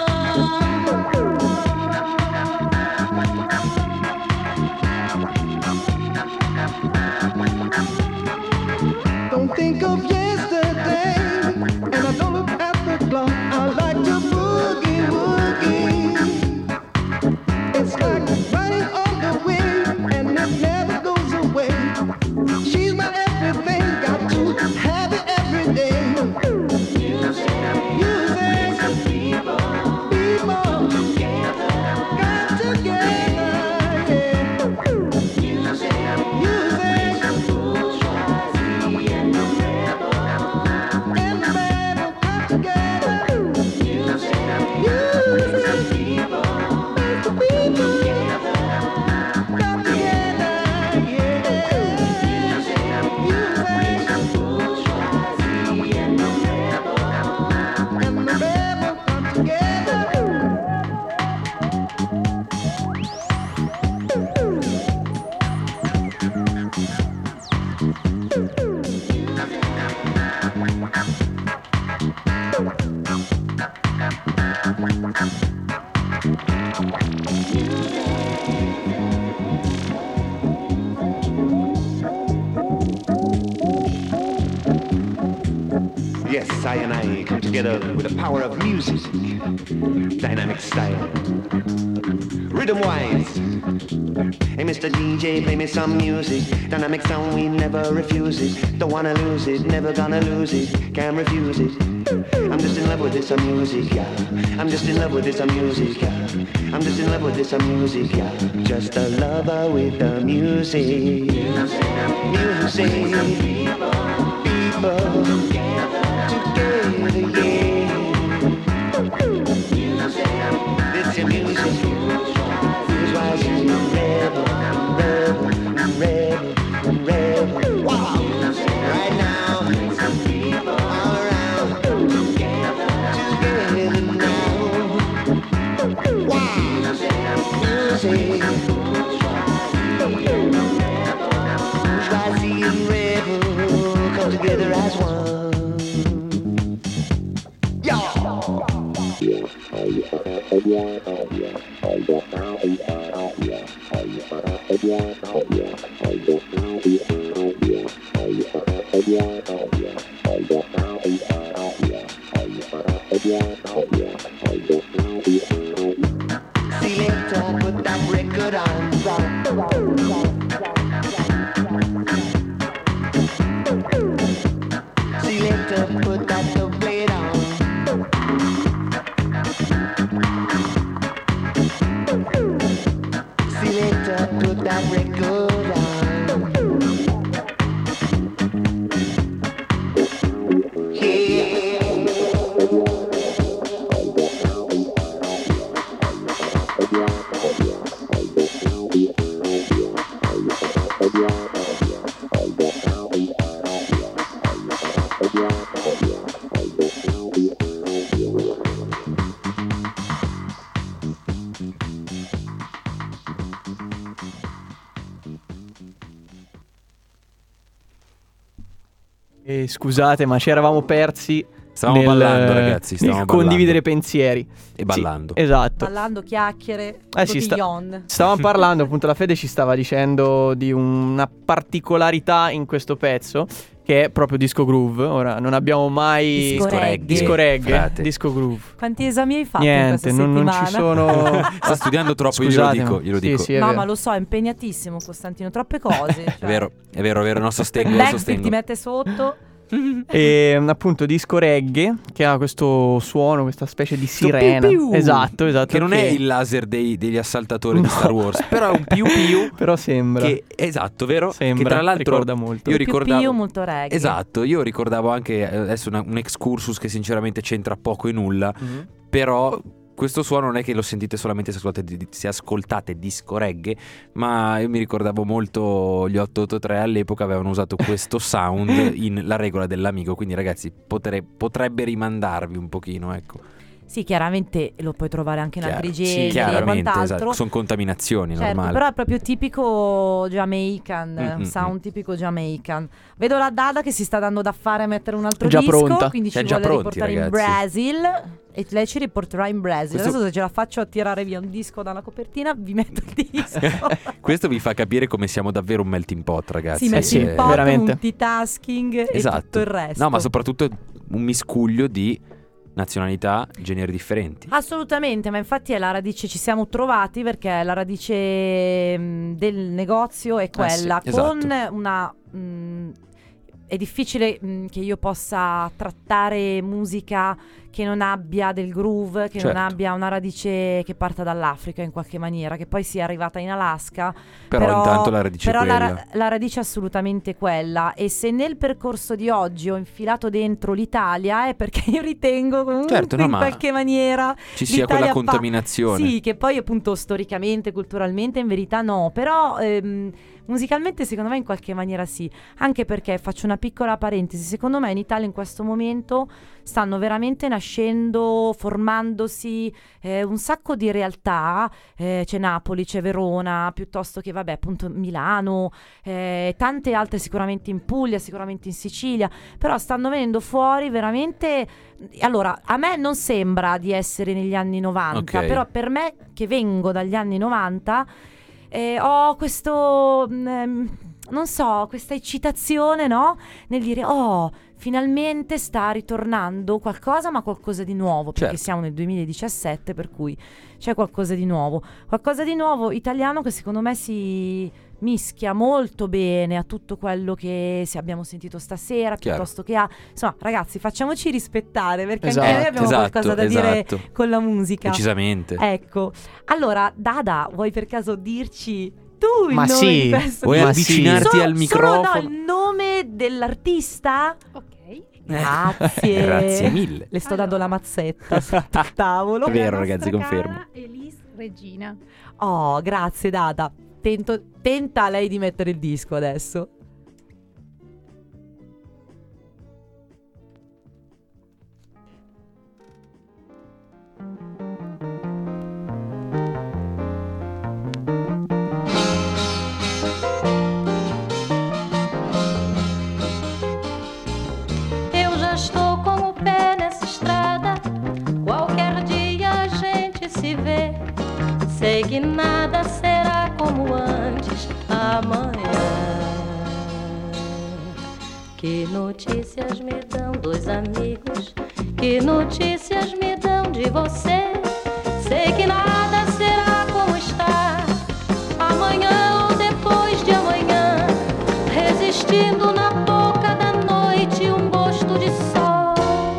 rebel. Don't think of yesterday, and I don't look at the clock. I like to boogie woogie. It's like riding on the wind, and it never goes away. She's my everything, got to have it every day. Music, music, people, people together, got together, yeah. Music, music, the bourgeoisie and the rebel, and the rebel got together. Music, music, people, make the people together, got together, yeah. Music, music, the bourgeoisie and the rebel, and the rebel got together. Yes, I and I come together with the power of music. Dynamic style. Rhythm-wise. Hey, Mister D J, play me some music. Dynamic sound, we never refuse it. Don't wanna lose it, never gonna lose it. Can't refuse it. I'm just in love with this music, yeah. I'm just in love with this music, yeah. I'm just in love with this music, yeah. Just a lover with the music. Music, music. People, people together, together, yeah. This your music. Bourgeoisie, rebel, rebel, rebel, rebel. Wow! Right now, all around, together now. Wow! Music, bourgeoisie and rebel come together as one. Selector, put that record on. Selector, put that dub plate on. Selector, put that record on. Yeah. E scusate, ma ci eravamo persi Stavamo ballando, ragazzi, stavamo nel ballando. condividere pensieri E ballando. Sì, esatto. Ballando, chiacchiere, Eh sì, sta- cotillon. stavamo parlando, appunto, la Fede ci stava dicendo di una particolarità in questo pezzo, che è proprio disco groove. Ora non abbiamo mai Disco reggae. disco reggae, Frate. disco groove. Quanti esami hai fatto in Niente, questa non, non ci settimana? sono. Sta studiando troppo, glielo Scusate, dico, ma- glielo sì, dico. sì, è No, vero. ma lo so, è impegnatissimo Costantino, troppe cose. È vero, è vero, è vero, no, sostengo, lo Backstreet sostengo. ti mette sotto. E appunto disco reggae, che ha questo suono, questa specie di sirena. piu piu. Esatto, esatto. Che non è il laser dei- degli assaltatori di Star Wars, però è un piu piu. Però sembra. Che, esatto, vero? Sembra, che tra l'altro ricorda molto. Io Più ricordavo più, molto reggae. Esatto, io ricordavo anche eh, adesso una- un excursus che sinceramente c'entra poco e nulla, Mhm. però questo suono non è che lo sentite solamente se ascoltate, se ascoltate disco reggae, ma io mi ricordavo molto gli otto otto tre all'epoca avevano usato questo sound in La regola dell'amico, quindi ragazzi potre- potrebbe rimandarvi un pochino, ecco. Sì, chiaramente lo puoi trovare anche in Chiaro- altri sì, generi e chiaramente, quant'altro. esatto, sono contaminazioni, Certo, normale. però è proprio tipico Jamaican, Mm, un mm, sound tipico Jamaican. Vedo la Dada che si sta dando da fare a mettere un altro È già disco, pronta. quindi È ci già vuole pronti, riportare in ragazzi. Brasil e lei ci riporterà in Brasil. Questo- Adesso se ce la faccio a tirare via un disco dalla copertina, vi metto il disco. Questo vi fa capire come siamo davvero un melting pot, ragazzi. Sì, metti sì, il pot, veramente. multitasking Esatto. e tutto il resto. No, ma soprattutto un miscuglio di nazionalità, generi differenti. Assolutamente, ma infatti è la radice, ci siamo trovati perché la radice mh, del negozio è quella, sì, con esatto. una... mh, è difficile mh, che io possa trattare musica che non abbia del groove, che Certo. non abbia una radice che parta dall'Africa in qualche maniera, che poi sia arrivata in Alaska. Però, intanto la radice però è la, quella. ra- la radice è assolutamente quella. E se nel percorso di oggi ho infilato dentro l'Italia è perché io ritengo comunque Certo, no, in ma qualche maniera ci sia l'Italia quella fa- contaminazione. Sì, che poi appunto storicamente, culturalmente in verità no, però ehm, musicalmente secondo me in qualche maniera sì, anche perché faccio una piccola parentesi, secondo me in Italia in questo momento stanno veramente nascendo, formandosi eh, un sacco di realtà, eh, c'è Napoli, c'è Verona, piuttosto che vabbè appunto Milano, eh, tante altre sicuramente in Puglia, sicuramente in Sicilia, però stanno venendo fuori veramente. Allora, a me non sembra di essere negli anni novanta, Ok. però per me che vengo dagli anni novanta eh, ho questo, mm, ehm, non so, questa eccitazione, no? Nel dire, oh, finalmente sta ritornando qualcosa, ma qualcosa di nuovo, perché Certo. siamo nel duemiladiciassette, per cui c'è qualcosa di nuovo. Qualcosa di nuovo italiano che secondo me si mischia molto bene a tutto quello che se abbiamo sentito stasera, Chiaro. piuttosto che a... Insomma, ragazzi, facciamoci rispettare, perché Esatto. anche noi abbiamo Esatto, qualcosa da dire esatto. con la musica. Decisamente. Ecco, allora Dada, vuoi per caso dirci tu il Ma nome sì, di questo Vuoi Ma avvicinarti Solo- al solo, microfono? no, il nome dell'artista? Ok. Grazie. Grazie mille. Le sto dando la mazzetta sotto il tavolo. È vero, La ragazzi, nostra confermo. cara Elise Regina. Oh, grazie Dada. Tento, tenta lei di mettere il disco adesso. Eu já estou com o pé nessa estrada. Qualquer dia a gente se vê. Sei que nada será como antes amanhã. Que notícias me dão dois amigos? Que notícias me dão de você? Sei que nada será como está amanhã ou depois de amanhã. Resistindo na boca da noite um gosto de sol.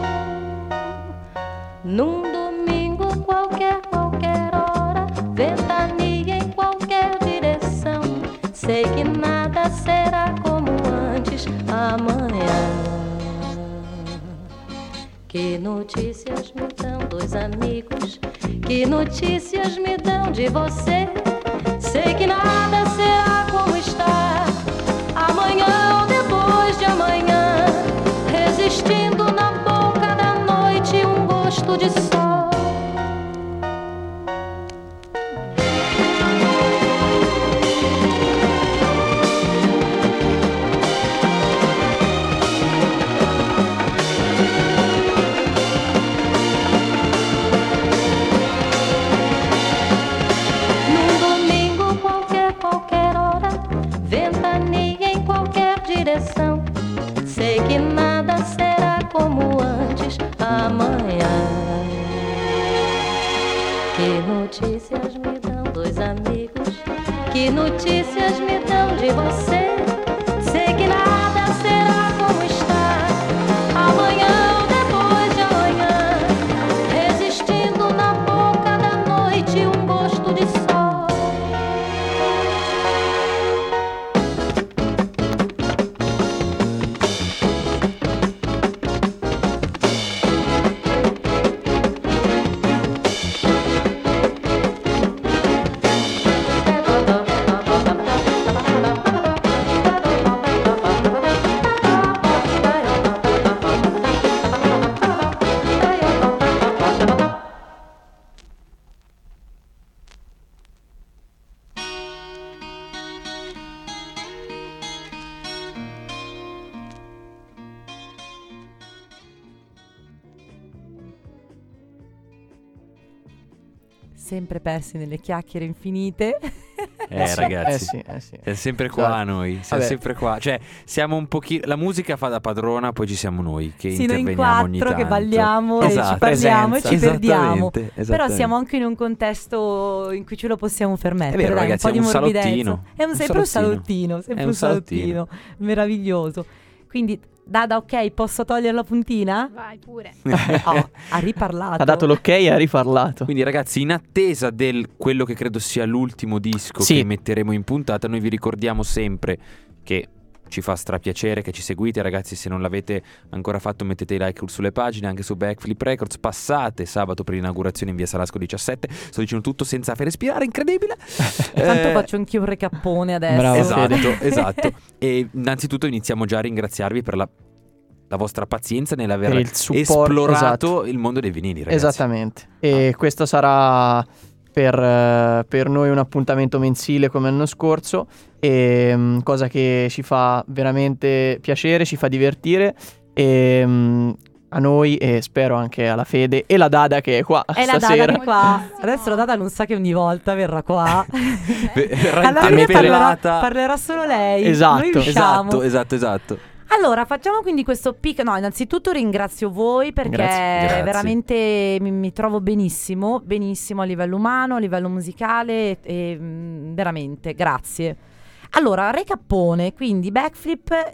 Num domingo qualquer, qualquer hora, ventania em qualquer direção. Sei que nada será como antes amanhã. Que notícias me dão dois amigos? Que notícias me dão de você? Sei que nada será como está amanhã ou depois de amanhã. Resistindo na boca da noite um gosto de sol. Que notícias me dão de você? Sei que nada será como está. Amanhã ou depois de amanhã, resistindo na boca da noite um gosto de sol. Sempre persi nelle chiacchiere infinite. Eh, sì, ragazzi, eh sì, eh sì. siamo sempre qua Esatto. noi. Siamo Vabbè. sempre qua. Cioè, siamo un pochino. La musica fa da padrona, poi ci siamo noi che Sì, noi in interveniamo ogni quattro tanto. che balliamo Esatto. e ci parliamo Presenza. e ci perdiamo. Esattamente, Però esattamente. siamo anche in un contesto in cui ce lo possiamo permettere. È vero, dai, ragazzi, un po' è di un morbidezza. salottino. È un, Un sempre un salottino. salottino, sempre È un un salottino. Meraviglioso. Quindi, Dada, ok, posso togliere la puntina? Vai pure. Oh, ha riparlato. Ha dato l'ok e ha riparlato. Quindi ragazzi, in attesa del quello che credo sia l'ultimo disco Sì. che metteremo in puntata, noi vi ricordiamo sempre che ci fa strapiacere che ci seguite, ragazzi. Se non l'avete ancora fatto, mettete i like sulle pagine, anche su Backflip Records. Passate sabato per l'inaugurazione in via Salasco diciassette. Sto dicendo tutto senza fare respirare, incredibile. Tanto Eh, faccio anch'io un recappone adesso. Bravo. Esatto, Fede. esatto. E innanzitutto iniziamo già a ringraziarvi per la, la vostra pazienza nell'aver Per il supporto, esplorato esatto. il mondo dei vinili, ragazzi. Esattamente. E questo sarà per, eh, per noi un appuntamento mensile come l'anno scorso, e, mm, cosa che ci fa veramente piacere, ci fa divertire, e mm, a noi e spero anche alla Fede e la Dada che è qua È la Dada stasera. che è qua. Adesso la Dada non sa che ogni volta verrà qua. Verrà Alla fine parlerà, interpellata. parlerà solo lei. Esatto, Noi usciamo. Esatto, esatto, esatto. Allora, facciamo quindi questo pic. No, innanzitutto ringrazio voi perché Grazie. Grazie. veramente mi, mi trovo benissimo, benissimo a livello umano, a livello musicale, e mm, veramente grazie. Allora, recappone, quindi Backflip,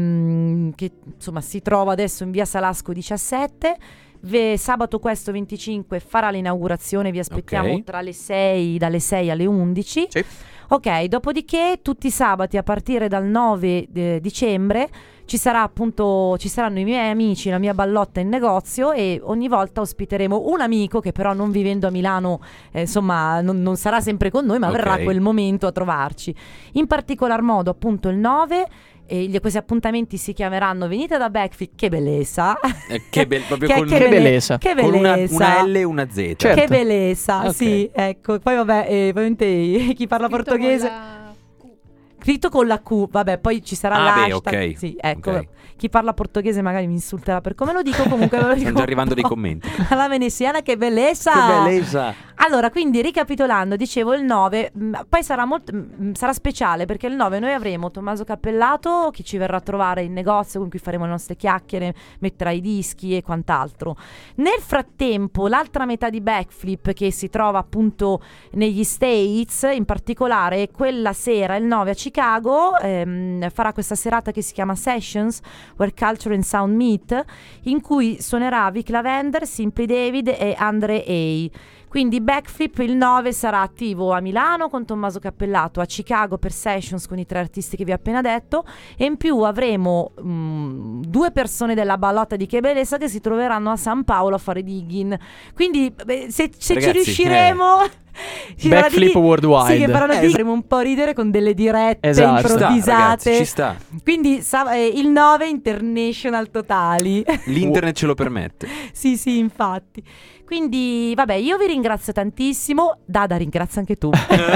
ehm, che insomma si trova adesso in via Salasco diciassette. Ve- sabato questo venticinque farà l'inaugurazione, vi aspettiamo Ok. tra le sei, dalle sei alle undici. Sì. Ok, dopodiché tutti i sabati a partire dal nove eh, dicembre ci sarà appunto ci saranno i miei amici, la mia ballotta in negozio, e ogni volta ospiteremo un amico che però, non vivendo a Milano, eh, insomma non, non sarà sempre con noi, ma Ok. verrà quel momento a trovarci. In particolar modo appunto il nove, e gli- questi appuntamenti si chiameranno Venite da Backflip, che bellezza. Eh, che bel- proprio Che- con, che Che belle- bellezza. Che con una, bellezza. una L e una Z. Certo. Che bellezza, Ok. sì, ecco. Poi vabbè, eh, ovviamente chi parla Scritto portoghese con la Q. scritto con la Q, vabbè, poi ci sarà Ah, beh, l'hashtag. ok. Sì, ecco. Ok. Chi parla portoghese magari mi insulterà per come lo dico, comunque ve lo dico. Stanno già arrivando dei un po'. commenti. Alla veneziana, che bellezza! Che bellezza. Allora, quindi ricapitolando, dicevo il nove, mh, poi sarà molto mh, sarà speciale perché il nove noi avremo Tommaso Cappellato che ci verrà a trovare in negozio, con cui faremo le nostre chiacchiere, metterà i dischi e quant'altro. Nel frattempo, l'altra metà di Backflip, che si trova appunto negli States, in particolare quella sera, il nove a Chicago, ehm, farà questa serata che si chiama Sessions, Where Culture and Sound Meet, in cui suonerà Vic Lavender, Simply David e Andre A. Quindi Backflip il nove sarà attivo a Milano con Tommaso Cappellato, a Chicago per Sessions con i tre artisti che vi ho appena detto, e in più avremo mh, due persone della ballotta di Che Bellezza che si troveranno a San Paolo a fare digging. Quindi beh, se, se Ragazzi, ci riusciremo... ci farà Backflip di- worldwide. Sì, che faranno Eh, di- faremo un po' ridere con delle dirette Esatto. Ci sta, improvvisate. ragazzi, ci sta. Quindi sa- eh, il nove international totali. L'internet ce lo permette. Sì, sì, infatti. Quindi, vabbè, io vi ringrazio tantissimo. Dada, ringrazio anche tu.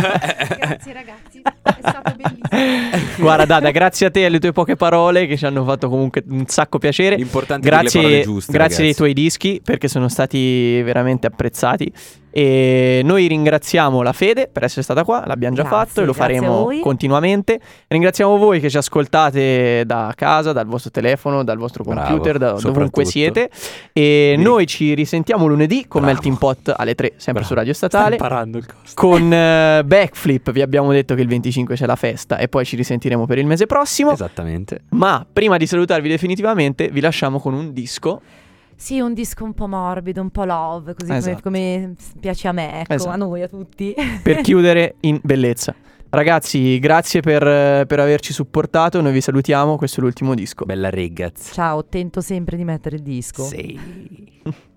Grazie ragazzi, è stato bellissimo. Guarda Dada, grazie a te e alle tue poche parole che ci hanno fatto comunque un sacco piacere. L'importante è dire le Grazie, parole giuste, grazie dei ragazzi. tuoi dischi perché sono stati veramente apprezzati. E noi ringraziamo la Fede per essere stata qua, l'abbiamo già Grazie, fatto e lo grazie a faremo voi. continuamente. Ringraziamo voi che ci ascoltate da casa, dal vostro telefono, dal vostro computer, da dovunque soprattutto. siete. E Mi- noi ci risentiamo lunedì con Bravo. Melting Pot alle tre, sempre Bravo. su Radio Sta Statale. imparando il costo. Con eh, Backflip vi abbiamo detto che il venticinque c'è la festa e poi ci risentiremo per il mese prossimo. Esattamente. Ma prima di salutarvi definitivamente vi lasciamo con un disco. Sì, un disco un po' morbido, un po' love, così Esatto. come, come piace a me, ecco, Esatto. a noi, a tutti. Per chiudere in bellezza. Ragazzi, grazie per, per averci supportato. Noi vi salutiamo. Questo è l'ultimo disco. Bella ragazzi. Ciao, tento sempre di mettere il disco. Sì.